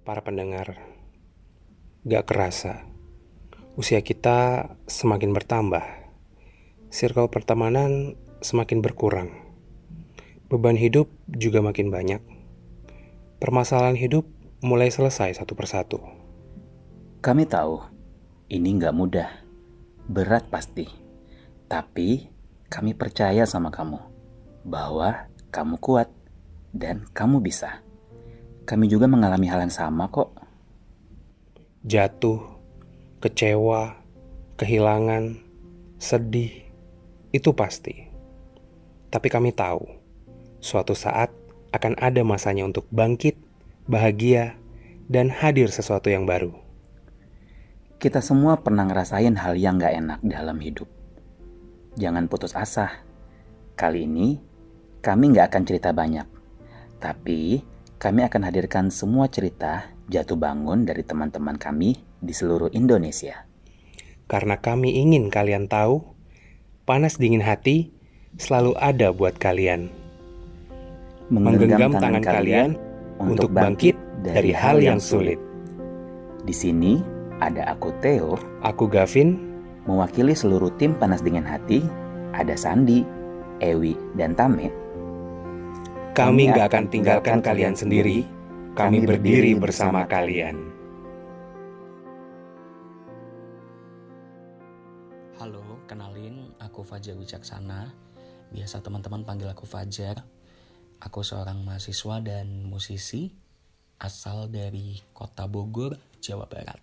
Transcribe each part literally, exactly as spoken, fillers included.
Para pendengar, gak kerasa, usia kita semakin bertambah, circle pertemanan semakin berkurang, beban hidup juga makin banyak, permasalahan hidup mulai selesai satu persatu. Kami tahu, ini nggak mudah, berat pasti. Tapi kami percaya sama kamu, bahwa kamu kuat dan kamu bisa. Kami juga mengalami hal yang sama kok. Jatuh, kecewa, kehilangan, sedih, itu pasti. Tapi kami tahu, suatu saat akan ada masanya untuk bangkit, bahagia, dan hadir sesuatu yang baru. Kita semua pernah ngerasain hal yang nggak enak dalam hidup. Jangan putus asa. Kali ini, kami nggak akan cerita banyak. Tapi, kami akan hadirkan semua cerita jatuh bangun dari teman-teman kami di seluruh Indonesia. Karena kami ingin kalian tahu, panas dingin hati selalu ada buat kalian. Menggenggam tangan kalian untuk bangkit dari hal yang sulit. Di sini ada aku Theo, Aku Gavin, mewakili seluruh tim Panas Dingin Hati. Ada Sandi, Ewi, dan Tame. kami gak akan tinggalkan kalian sendiri. Kami berdiri bersama kalian. Halo, kenalin, aku Fajar Wicaksana. Biasa teman-teman panggil aku Fajar. Aku seorang mahasiswa dan musisi asal dari Kota Bogor, Jawa Barat.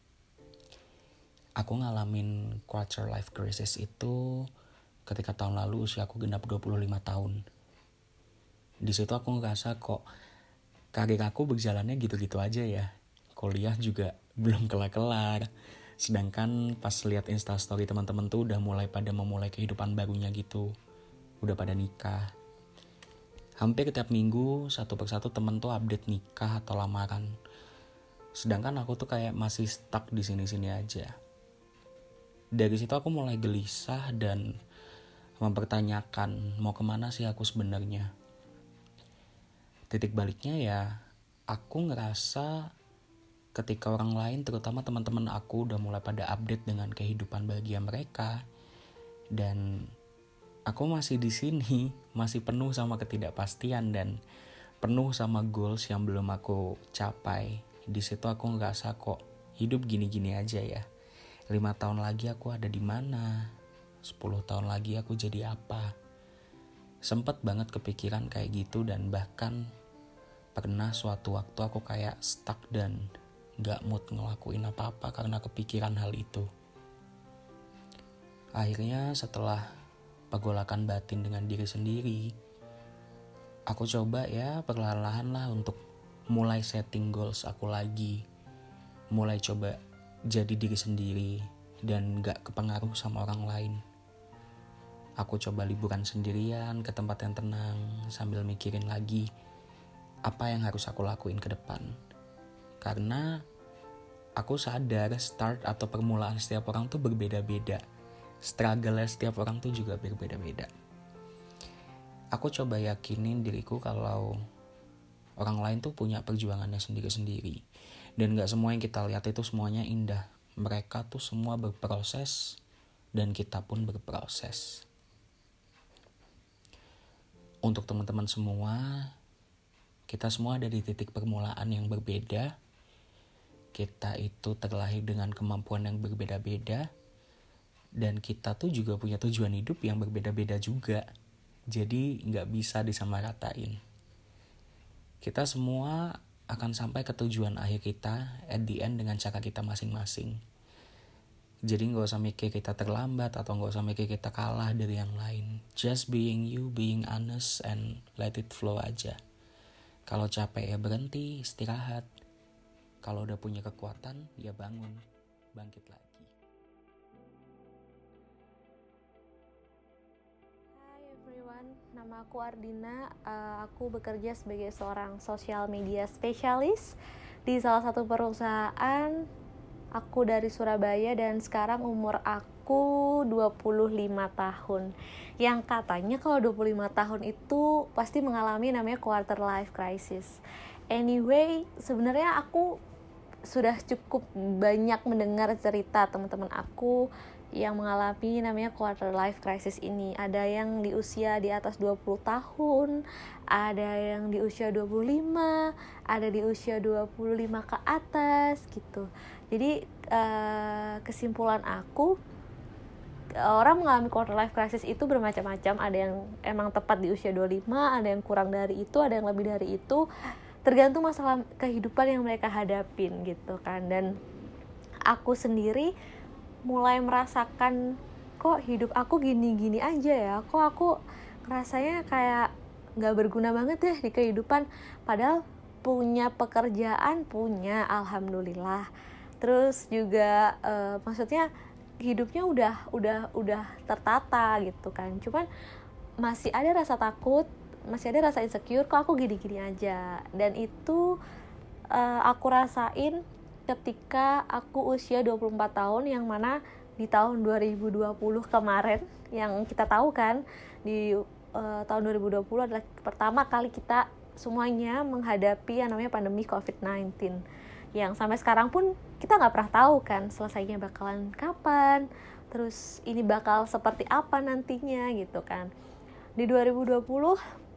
Aku ngalamin quarter life crisis itu ketika tahun lalu usia aku genap dua puluh lima tahun. Di situ aku ngerasa kok karir aku berjalannya gitu-gitu aja ya. Kuliah juga belum kelar-kelar. Sedangkan pas lihat instastory teman-teman tuh udah mulai pada memulai kehidupan barunya gitu. Udah pada nikah. Hampir tiap minggu satu persatu temen tuh update nikah atau lamaran. Sedangkan aku tuh kayak masih stuck di sini-sini aja. Dari situ aku mulai gelisah dan mempertanyakan mau kemana sih aku sebenarnya. Titik baliknya ya, aku ngerasa ketika orang lain, terutama teman-teman aku udah mulai pada update dengan kehidupan bahagia mereka, dan aku masih di sini, masih penuh sama ketidakpastian dan penuh sama goals yang belum aku capai. Di situ aku ngerasa kok hidup gini-gini aja ya. Lima tahun lagi aku ada di mana? Sepuluh tahun lagi aku jadi apa? Sempet banget kepikiran kayak gitu dan bahkan pernah suatu waktu aku kayak stuck dan gak mood ngelakuin apa-apa karena kepikiran hal itu. Akhirnya setelah pergolakan batin dengan diri sendiri, aku coba ya perlahan-lahan lah untuk mulai setting goals aku lagi. Mulai coba jadi diri sendiri dan gak kepengaruh sama orang lain. Aku coba liburan sendirian ke tempat yang tenang sambil mikirin lagi apa yang harus aku lakuin ke depan. Karena aku sadar start atau permulaan setiap orang tuh berbeda-beda. Struggle setiap orang tuh juga berbeda-beda. Aku coba yakinin diriku kalau orang lain tuh punya perjuangannya sendiri-sendiri. Dan gak semua yang kita lihat itu semuanya indah. Mereka tuh semua berproses dan kita pun berproses. Untuk teman-teman semua, kita semua ada di titik permulaan yang berbeda. Kita itu terlahir dengan kemampuan yang berbeda-beda. Dan kita tuh juga punya tujuan hidup yang berbeda-beda juga. Jadi gak bisa disamaratain. Kita semua akan sampai ke tujuan akhir kita at the end dengan cara kita masing-masing. Jadi gak usah mikir kita terlambat atau gak usah mikir kita kalah dari yang lain. Just being you, being honest and let it flow aja. Kalau capek ya berhenti, istirahat. Kalau udah punya kekuatan, ya bangun, bangkit lagi. Hai everyone, nama aku Ardina. Uh, aku bekerja sebagai seorang social media specialist di salah satu perusahaan. Aku dari Surabaya dan sekarang umur aku dua puluh lima tahun. Yang katanya kalau dua puluh lima tahun itu pasti mengalami namanya quarter life crisis. Anyway, sebenarnya aku sudah cukup banyak mendengar cerita teman-teman aku yang mengalami namanya quarter life crisis ini. Ada yang di usia di atas dua puluh tahun, ada yang di usia dua puluh lima, ada di usia dua puluh lima ke atas gitu. Jadi uh, kesimpulan aku, orang mengalami quarter life crisis itu bermacam-macam. Ada yang emang tepat di usia dua puluh lima, ada yang kurang dari itu, ada yang lebih dari itu. Tergantung masalah kehidupan yang mereka hadapin gitu kan. Dan aku sendiri mulai merasakan, kok hidup aku gini-gini aja ya, kok aku rasanya kayak gak berguna banget deh di kehidupan. Padahal punya pekerjaan, punya, alhamdulillah. Terus juga uh, maksudnya hidupnya udah udah udah tertata gitu kan. Cuman masih ada rasa takut, masih ada rasa insecure, kok aku gini-gini aja. Dan itu uh, aku rasain ketika aku usia dua puluh empat tahun, yang mana di tahun dua ribu dua puluh kemarin, yang kita tahu kan di uh, tahun dua ribu dua puluh adalah pertama kali kita semuanya menghadapi yang namanya pandemi covid sembilan belas, yang sampai sekarang pun kita nggak pernah tahu kan selesainya bakalan kapan, terus ini bakal seperti apa nantinya gitu kan. Di dua ribu dua puluh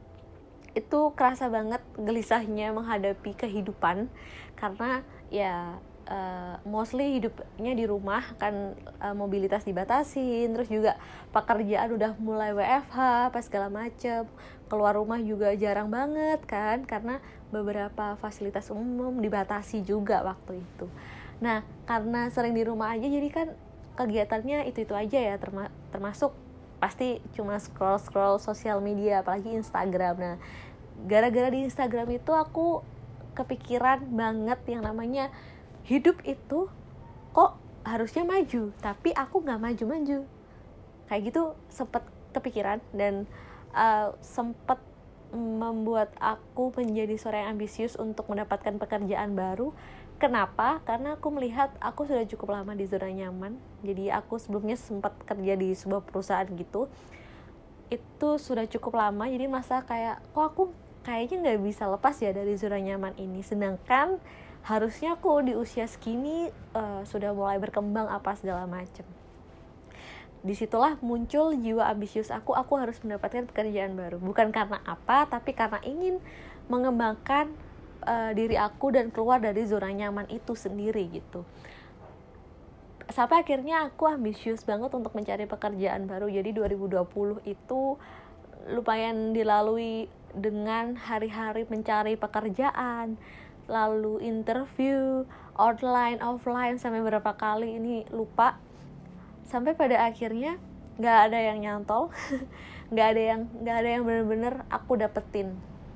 itu kerasa banget gelisahnya menghadapi kehidupan, karena ya uh, mostly hidupnya di rumah kan, uh, mobilitas dibatasin, terus juga pekerjaan udah mulai W F H apa segala macem, keluar rumah juga jarang banget kan, karena beberapa fasilitas umum dibatasi juga waktu itu. Nah, karena sering di rumah aja, jadi kan kegiatannya itu-itu aja ya, terma- termasuk pasti cuma scroll-scroll sosial media, apalagi Instagram. Nah, gara-gara di Instagram itu aku kepikiran banget yang namanya hidup itu kok harusnya maju, tapi aku nggak maju-maju. Kayak gitu sempet kepikiran, dan uh, sempet membuat aku menjadi seorang yang ambisius untuk mendapatkan pekerjaan baru. Kenapa? Karena aku melihat aku sudah cukup lama di zona nyaman. Jadi aku sebelumnya sempat kerja di sebuah perusahaan gitu, itu sudah cukup lama, jadi masa kayak kok aku kayaknya nggak bisa lepas ya dari zona nyaman ini. Sedangkan harusnya aku di usia segini uh, sudah mulai berkembang apa segala macam. Disitulah muncul jiwa ambisius aku, aku harus mendapatkan pekerjaan baru. Bukan karena apa, tapi karena ingin mengembangkan uh, diri aku dan keluar dari zona nyaman itu sendiri gitu. Sampai akhirnya aku ambisius banget untuk mencari pekerjaan baru. Jadi dua ribu dua puluh itu lumayan dilalui dengan hari-hari mencari pekerjaan, lalu interview online, offline sampai berapa kali ini lupa. Sampai pada akhirnya nggak ada yang nyantol, nggak ada yang nggak ada yang benar-benar aku dapetin.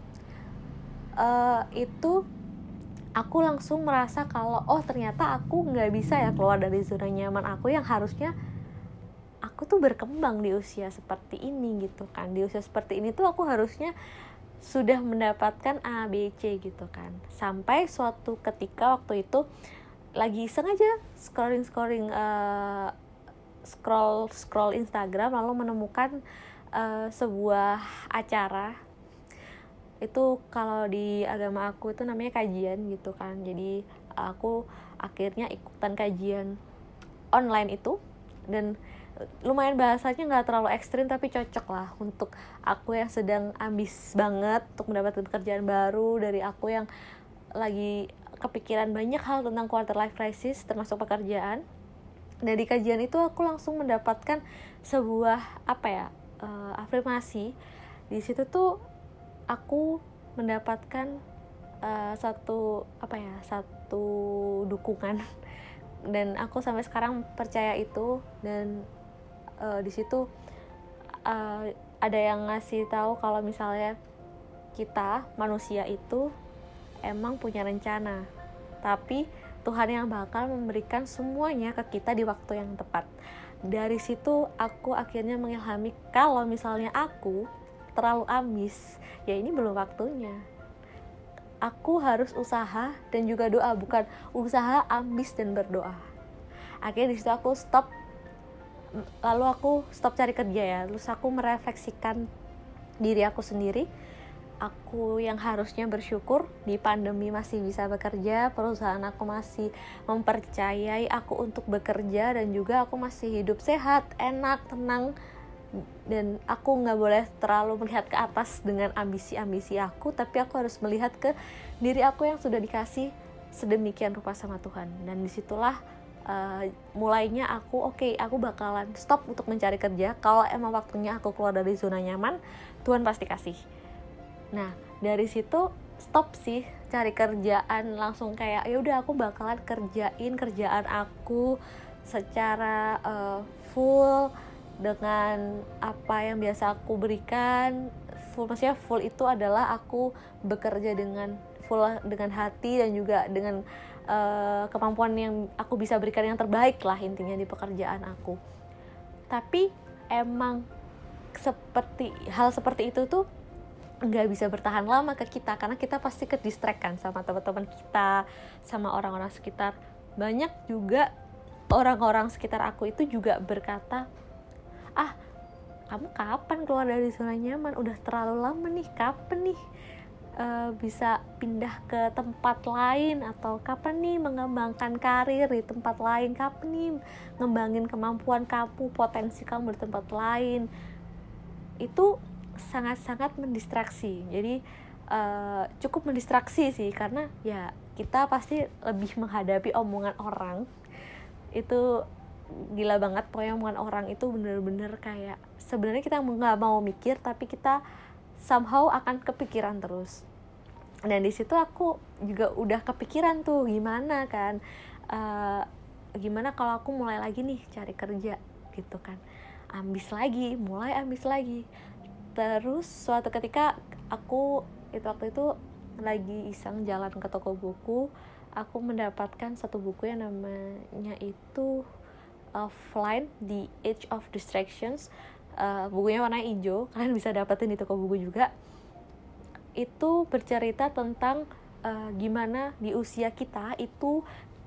Uh, itu aku langsung merasa kalau oh ternyata aku nggak bisa ya keluar dari zona nyaman aku, yang harusnya aku tuh berkembang di usia seperti ini gitu kan. Di usia seperti ini tuh aku harusnya sudah mendapatkan A, B, C gitu kan. Sampai suatu ketika waktu itu lagi sengaja scrolling-scrolling uh, scroll scroll Instagram, lalu menemukan uh, sebuah acara. Itu kalau di agama aku itu namanya kajian gitu kan. Jadi aku akhirnya ikutan kajian online itu, dan lumayan bahasanya nggak terlalu ekstrim tapi cocok lah untuk aku yang sedang ambis banget untuk mendapatkan pekerjaan baru, dari aku yang lagi kepikiran banyak hal tentang quarter life crisis termasuk pekerjaan. Dari kajian itu aku langsung mendapatkan sebuah apa ya uh, afirmasi. Di situ tuh aku mendapatkan uh, satu apa ya satu dukungan, dan aku sampai sekarang percaya itu. Dan uh, di situ uh, ada yang ngasih tahu kalau misalnya kita manusia itu emang punya rencana, tapi Tuhan yang bakal memberikan semuanya ke kita di waktu yang tepat. Dari situ aku akhirnya mengilhami kalau misalnya aku terlalu ambis, ya ini belum waktunya. Aku harus usaha dan juga doa, bukan usaha, ambis dan berdoa. Akhirnya di situ aku stop, lalu aku stop cari kerja ya. Terus aku merefleksikan diri aku sendiri. aku yang harusnya bersyukur di pandemi masih bisa bekerja, perusahaan aku masih mempercayai aku untuk bekerja, dan juga aku masih hidup sehat, enak, tenang, dan aku nggak boleh terlalu melihat ke atas dengan ambisi-ambisi aku, tapi aku harus melihat ke diri aku yang sudah dikasih sedemikian rupa sama Tuhan. Dan disitulah uh, mulainya aku oke okay, aku bakalan stop untuk mencari kerja. Kalau emang waktunya aku keluar dari zona nyaman, Tuhan pasti kasih. Nah, dari situ stop sih cari kerjaan, langsung kayak ya udah aku bakalan kerjain kerjaan aku secara uh, full dengan apa yang biasa aku berikan. Full, maksudnya full itu adalah aku bekerja dengan full dengan hati dan juga dengan uh, kemampuan yang aku bisa berikan yang terbaik lah intinya di pekerjaan aku. Tapi emang seperti hal seperti itu tuh nggak bisa bertahan lama ke kita, karena kita pasti ke distract kan sama teman-teman kita, sama orang-orang sekitar. Banyak juga orang-orang sekitar aku itu juga berkata, ah kamu kapan keluar dari zona nyaman, udah terlalu lama nih, kapan nih uh, bisa pindah ke tempat lain, atau kapan nih mengembangkan karir di tempat lain, kapan nih ngembangin kemampuan kamu, potensi kamu di tempat lain. Itu sangat-sangat mendistraksi. Jadi uh, cukup mendistraksi sih, karena ya kita pasti lebih menghadapi omongan orang. Itu gila banget, pokoknya omongan orang itu bener-bener kayak sebenarnya kita nggak mau mikir, tapi kita somehow akan kepikiran terus. Dan di situ aku juga udah kepikiran tuh gimana kan, uh, gimana kalau aku mulai lagi nih cari kerja gitu kan, ambis lagi, mulai ambis lagi. Terus suatu ketika aku itu waktu itu lagi iseng jalan ke toko buku, aku mendapatkan satu buku yang namanya itu Offline, The Age of Distractions. Uh, bukunya warna hijau, kalian bisa dapetin di toko buku juga. Itu bercerita tentang uh, gimana di usia kita itu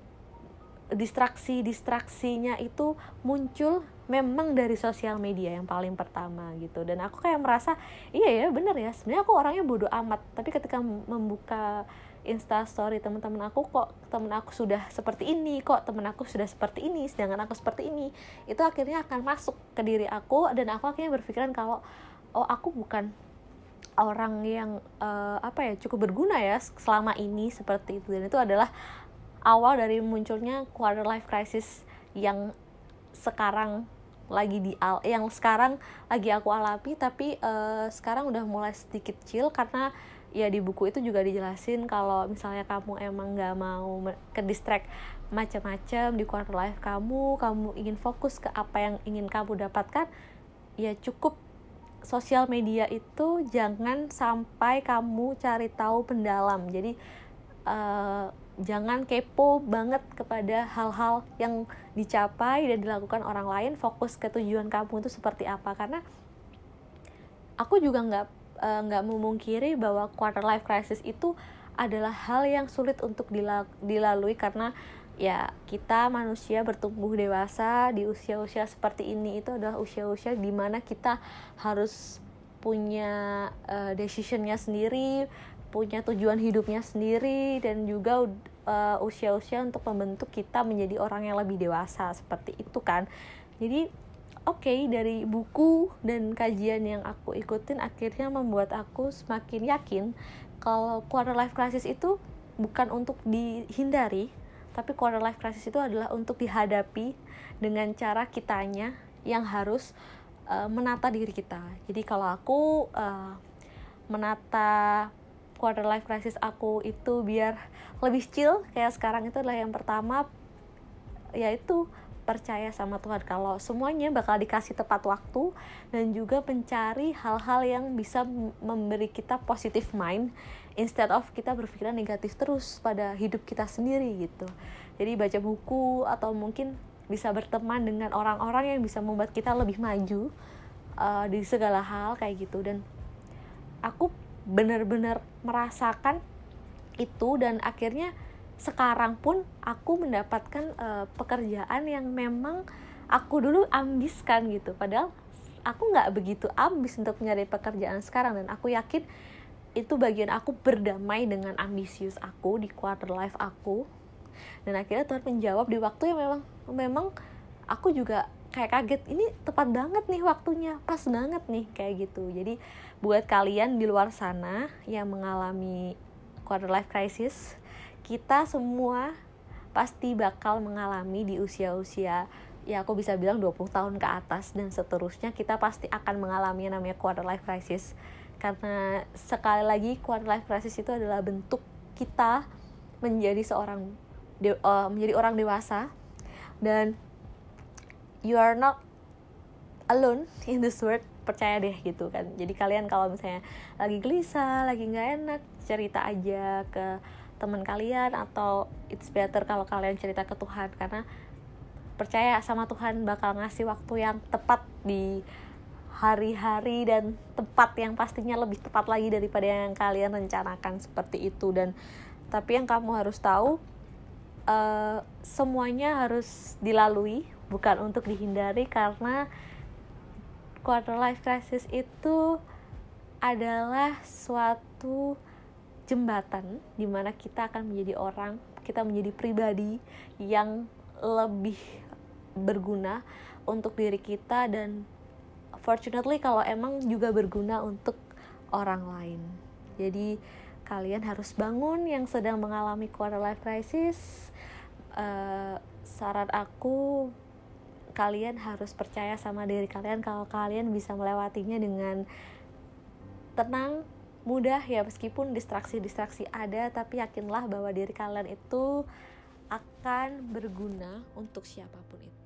distraksi-distraksinya itu muncul memang dari sosial media yang paling pertama gitu. Dan aku kayak merasa iya ya bener ya, sebenarnya aku orangnya bodoh amat, tapi ketika membuka Instastory teman-teman aku, kok teman aku sudah seperti ini, kok teman aku sudah seperti ini, sedangkan aku seperti ini, itu akhirnya akan masuk ke diri aku, dan aku akhirnya berpikiran kalau oh aku bukan orang yang uh, apa ya cukup berguna ya selama ini seperti itu. Dan itu adalah awal dari munculnya quarter life crisis yang sekarang lagi di al yang sekarang lagi aku alami, tapi uh, sekarang udah mulai sedikit chill, karena ya di buku itu juga dijelasin kalau misalnya kamu emang nggak mau ke distract macam-macam di quarter life kamu, kamu ingin fokus ke apa yang ingin kamu dapatkan, ya cukup sosial media itu jangan sampai kamu cari tahu pendalam. Jadi uh, jangan kepo banget kepada hal-hal yang dicapai dan dilakukan orang lain, fokus ke tujuan kamu itu seperti apa. Karena aku juga nggak nggak uh, memungkiri bahwa quarter life crisis itu adalah hal yang sulit untuk dilalui, karena ya kita manusia bertumbuh dewasa di usia-usia seperti ini, itu adalah usia-usia di mana kita harus punya uh, decision-nya sendiri, punya tujuan hidupnya sendiri, dan juga uh, usia-usia untuk membentuk kita menjadi orang yang lebih dewasa seperti itu kan. Jadi oke, okay, dari buku dan kajian yang aku ikutin akhirnya membuat aku semakin yakin kalau quarter life crisis itu bukan untuk dihindari, tapi quarter life crisis itu adalah untuk dihadapi dengan cara kitanya yang harus uh, menata diri kita. Jadi kalau aku uh, menata quarter life crisis aku itu biar lebih chill kayak sekarang, itu adalah yang pertama yaitu percaya sama Tuhan kalau semuanya bakal dikasih tepat waktu, dan juga mencari hal-hal yang bisa memberi kita positive mind instead of kita berpikiran negatif terus pada hidup kita sendiri gitu. Jadi baca buku atau mungkin bisa berteman dengan orang-orang yang bisa membuat kita lebih maju uh, di segala hal kayak gitu. Dan aku benar-benar merasakan itu, dan akhirnya sekarang pun aku mendapatkan uh, pekerjaan yang memang aku dulu ambiskan gitu. Padahal aku nggak begitu ambis untuk mencari pekerjaan sekarang, dan aku yakin itu bagian aku berdamai dengan ambisius aku di quarter life aku. Dan akhirnya Tuhan menjawab di waktu yang memang memang aku juga kayak kaget, ini tepat banget nih waktunya, pas banget nih kayak gitu. Jadi buat kalian di luar sana yang mengalami quarter life crisis, kita semua pasti bakal mengalami di usia-usia, ya aku bisa bilang dua puluh tahun ke atas dan seterusnya, kita pasti akan mengalami yang namanya quarter life crisis. Karena sekali lagi quarter life crisis itu adalah bentuk kita menjadi seorang de- uh, menjadi orang dewasa, dan you are not alone in this world, percaya deh gitu kan. Jadi kalian kalau misalnya lagi gelisah, lagi nggak enak, cerita aja ke teman kalian, atau it's better kalau kalian cerita ke Tuhan, karena percaya sama Tuhan bakal ngasih waktu yang tepat di hari-hari dan tepat yang pastinya lebih tepat lagi daripada yang kalian rencanakan seperti itu. Dan tapi yang kamu harus tahu, uh, semuanya harus dilalui, bukan untuk dihindari, karena quarter life crisis itu adalah suatu jembatan di mana kita akan menjadi orang, kita menjadi pribadi yang lebih berguna untuk diri kita, dan fortunately kalau emang juga berguna untuk orang lain. Jadi kalian harus bangun yang sedang mengalami quarter life crisis. Uh, saran aku, kalian harus percaya sama diri kalian kalau kalian bisa melewatinya dengan tenang, mudah ya, meskipun distraksi-distraksi ada, tapi yakinlah bahwa diri kalian itu akan berguna untuk siapapun itu.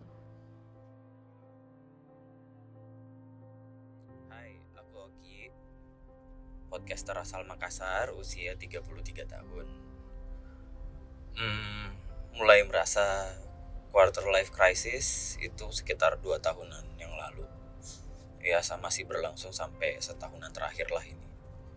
Hai, aku Oki, podcaster asal Makassar, usia tiga puluh tiga tahun. Hmm, mulai merasa quarter life crisis itu sekitar dua tahunan yang lalu. Ya, masih berlangsung sampai setahunan terakhir lah ini.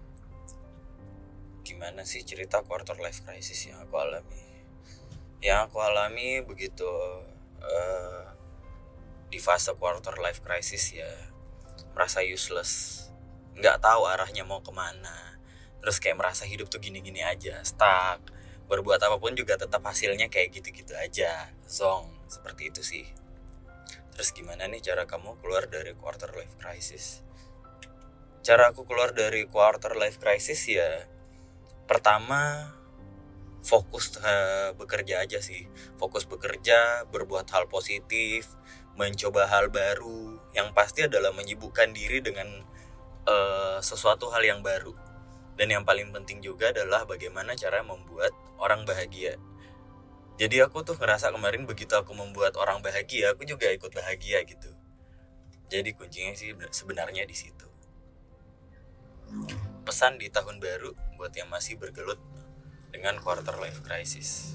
Gimana sih cerita quarter life crisis yang aku alami? Yang aku alami begitu uh, di fase quarter life crisis ya, merasa useless, nggak tahu arahnya mau kemana. Terus kayak merasa hidup tuh gini-gini aja, stuck. Berbuat apapun juga tetap hasilnya kayak gitu-gitu aja, zong, seperti itu sih. Terus gimana nih cara kamu keluar dari quarter life crisis? Cara aku keluar dari quarter life crisis ya, pertama, fokus uh, bekerja aja sih. Fokus bekerja, berbuat hal positif, mencoba hal baru. Yang pasti adalah menyibukkan diri dengan uh, sesuatu hal yang baru. Dan yang paling penting juga adalah bagaimana cara membuat orang bahagia. Jadi aku tuh ngerasa kemarin begitu aku membuat orang bahagia, aku juga ikut bahagia gitu. Jadi kuncinya sih sebenarnya di situ. Pesan di tahun baru buat yang masih bergelut dengan quarter life crisis.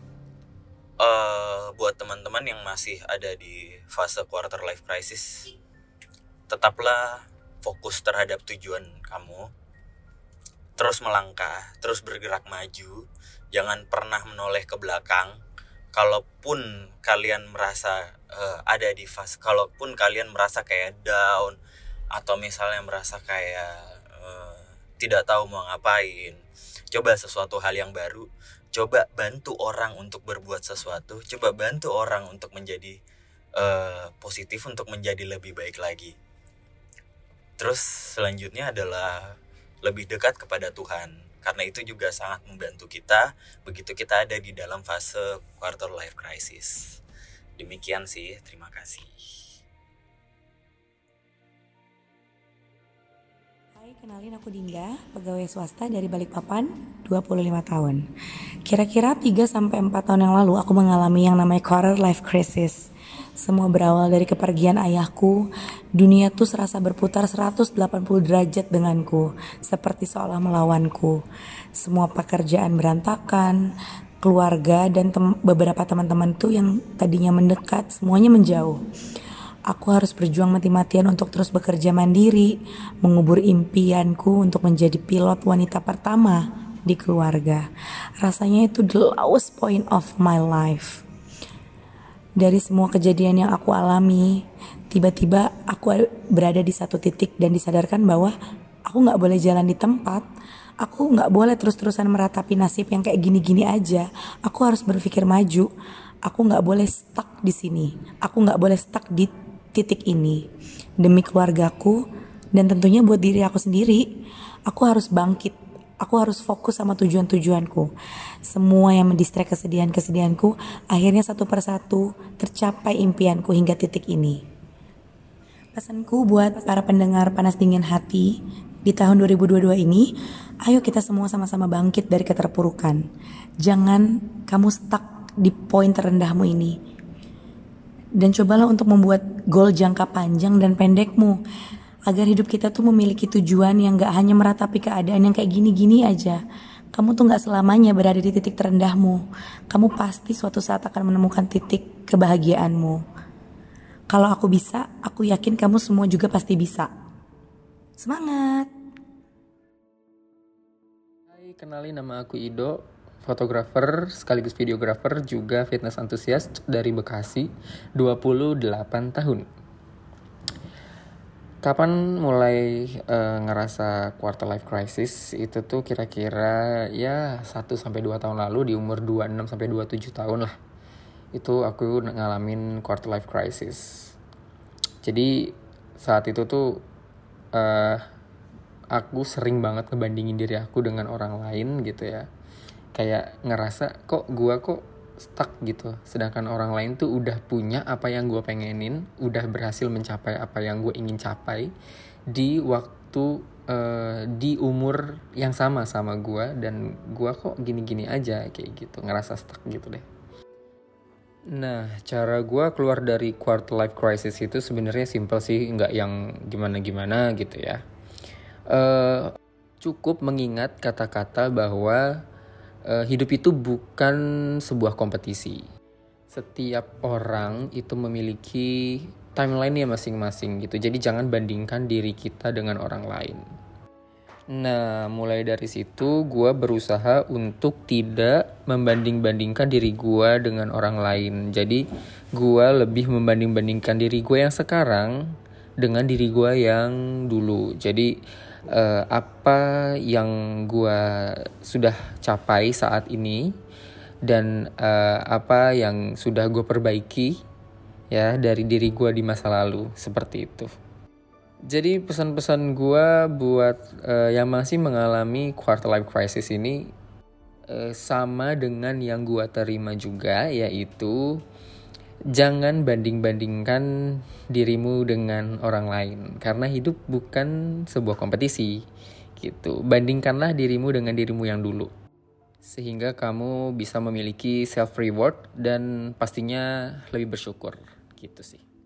Uh, buat teman-teman yang masih ada di fase quarter life crisis, tetaplah fokus terhadap tujuan kamu. Terus melangkah, terus bergerak maju. Jangan pernah menoleh ke belakang. Kalaupun kalian merasa uh, ada di fase, kalaupun kalian merasa kayak down, atau misalnya merasa kayak uh, tidak tahu mau ngapain, coba sesuatu hal yang baru, coba bantu orang untuk berbuat sesuatu, coba bantu orang untuk menjadi uh, positif, untuk menjadi lebih baik lagi. Terus selanjutnya adalah lebih dekat kepada Tuhan, karena itu juga sangat membantu kita begitu kita ada di dalam fase quarter life crisis. Demikian sih, terima kasih. Hai, kenalin aku Dinda, pegawai swasta dari Balikpapan, dua puluh lima tahun. Kira-kira tiga sampai empat tahun yang lalu aku mengalami yang namanya quarter life crisis. Semua berawal dari kepergian ayahku. Dunia tuh serasa berputar seratus delapan puluh derajat denganku, seperti seolah melawanku. Semua pekerjaan berantakan, keluarga dan tem- beberapa teman-teman tuh yang tadinya mendekat, semuanya menjauh. Aku harus berjuang mati-matian untuk terus bekerja mandiri, mengubur impianku untuk menjadi pilot wanita pertama di keluarga. Rasanya itu the lowest point of my life. Dari semua kejadian yang aku alami, tiba-tiba aku berada di satu titik dan disadarkan bahwa Aku nggak boleh jalan di tempat. Aku nggak boleh terus-terusan meratapi nasib yang kayak gini-gini aja. Aku harus berpikir maju. Aku nggak boleh stuck di sini. Aku nggak boleh stuck di titik ini. Demi keluargaku dan tentunya buat diri aku sendiri. Aku harus bangkit. Aku harus fokus sama tujuan-tujuanku. Semua yang mendistract kesedihan-kesedihanku, akhirnya satu persatu tercapai impianku hingga titik ini. Pesanku buat para pendengar Panas Dingin Hati di tahun dua ribu dua puluh dua ini, ayo kita semua sama-sama bangkit dari keterpurukan. Jangan kamu stuck di poin terendahmu ini. Dan cobalah untuk membuat goal jangka panjang dan pendekmu, agar hidup kita tuh memiliki tujuan yang gak hanya meratapi keadaan yang kayak gini-gini aja. Kamu tuh gak selamanya berada di titik terendahmu. Kamu pasti suatu saat akan menemukan titik kebahagiaanmu. Kalau aku bisa, aku yakin kamu semua juga pasti bisa. Semangat! Hai, kenalin nama aku Ido, fotografer sekaligus videografer juga fitness antusias dari Bekasi, dua puluh delapan tahun. Kapan mulai uh, ngerasa quarter life crisis? Itu tuh kira-kira ya satu sampai dua tahun lalu, di umur dua puluh enam sampai dua puluh tujuh tahun lah. Itu aku ngalamin quarter life crisis. Jadi saat itu tuh uh, aku sering banget ngebandingin diri aku dengan orang lain gitu ya. Kayak ngerasa kok gua kok stuck gitu, sedangkan orang lain tuh udah punya apa yang gue pengenin, udah berhasil mencapai apa yang gue ingin capai di waktu uh, di umur yang sama sama gue, dan gue kok gini-gini aja kayak gitu, ngerasa stuck gitu deh. Nah, cara gue keluar dari quarter life crisis itu sebenarnya simple sih, nggak yang gimana-gimana gitu ya. Uh, cukup mengingat kata-kata bahwa Uh, hidup itu bukan sebuah kompetisi. Setiap orang itu memiliki timeline-nya masing-masing gitu. Jadi jangan bandingkan diri kita dengan orang lain. Nah, mulai dari situ gue berusaha untuk tidak membanding-bandingkan diri gue dengan orang lain. Jadi gue lebih membanding-bandingkan diri gue yang sekarang dengan diri gue yang dulu. Jadi Uh, apa yang gue sudah capai saat ini dan uh, apa yang sudah gue perbaiki ya dari diri gue di masa lalu, seperti itu. Jadi pesan-pesan gue buat uh, yang masih mengalami quarter life crisis ini uh, sama dengan yang gue terima juga, yaitu jangan banding-bandingkan dirimu dengan orang lain, karena hidup bukan sebuah kompetisi gitu. Bandingkanlah dirimu dengan dirimu yang dulu, sehingga kamu bisa memiliki self reward dan pastinya lebih bersyukur gitu sih.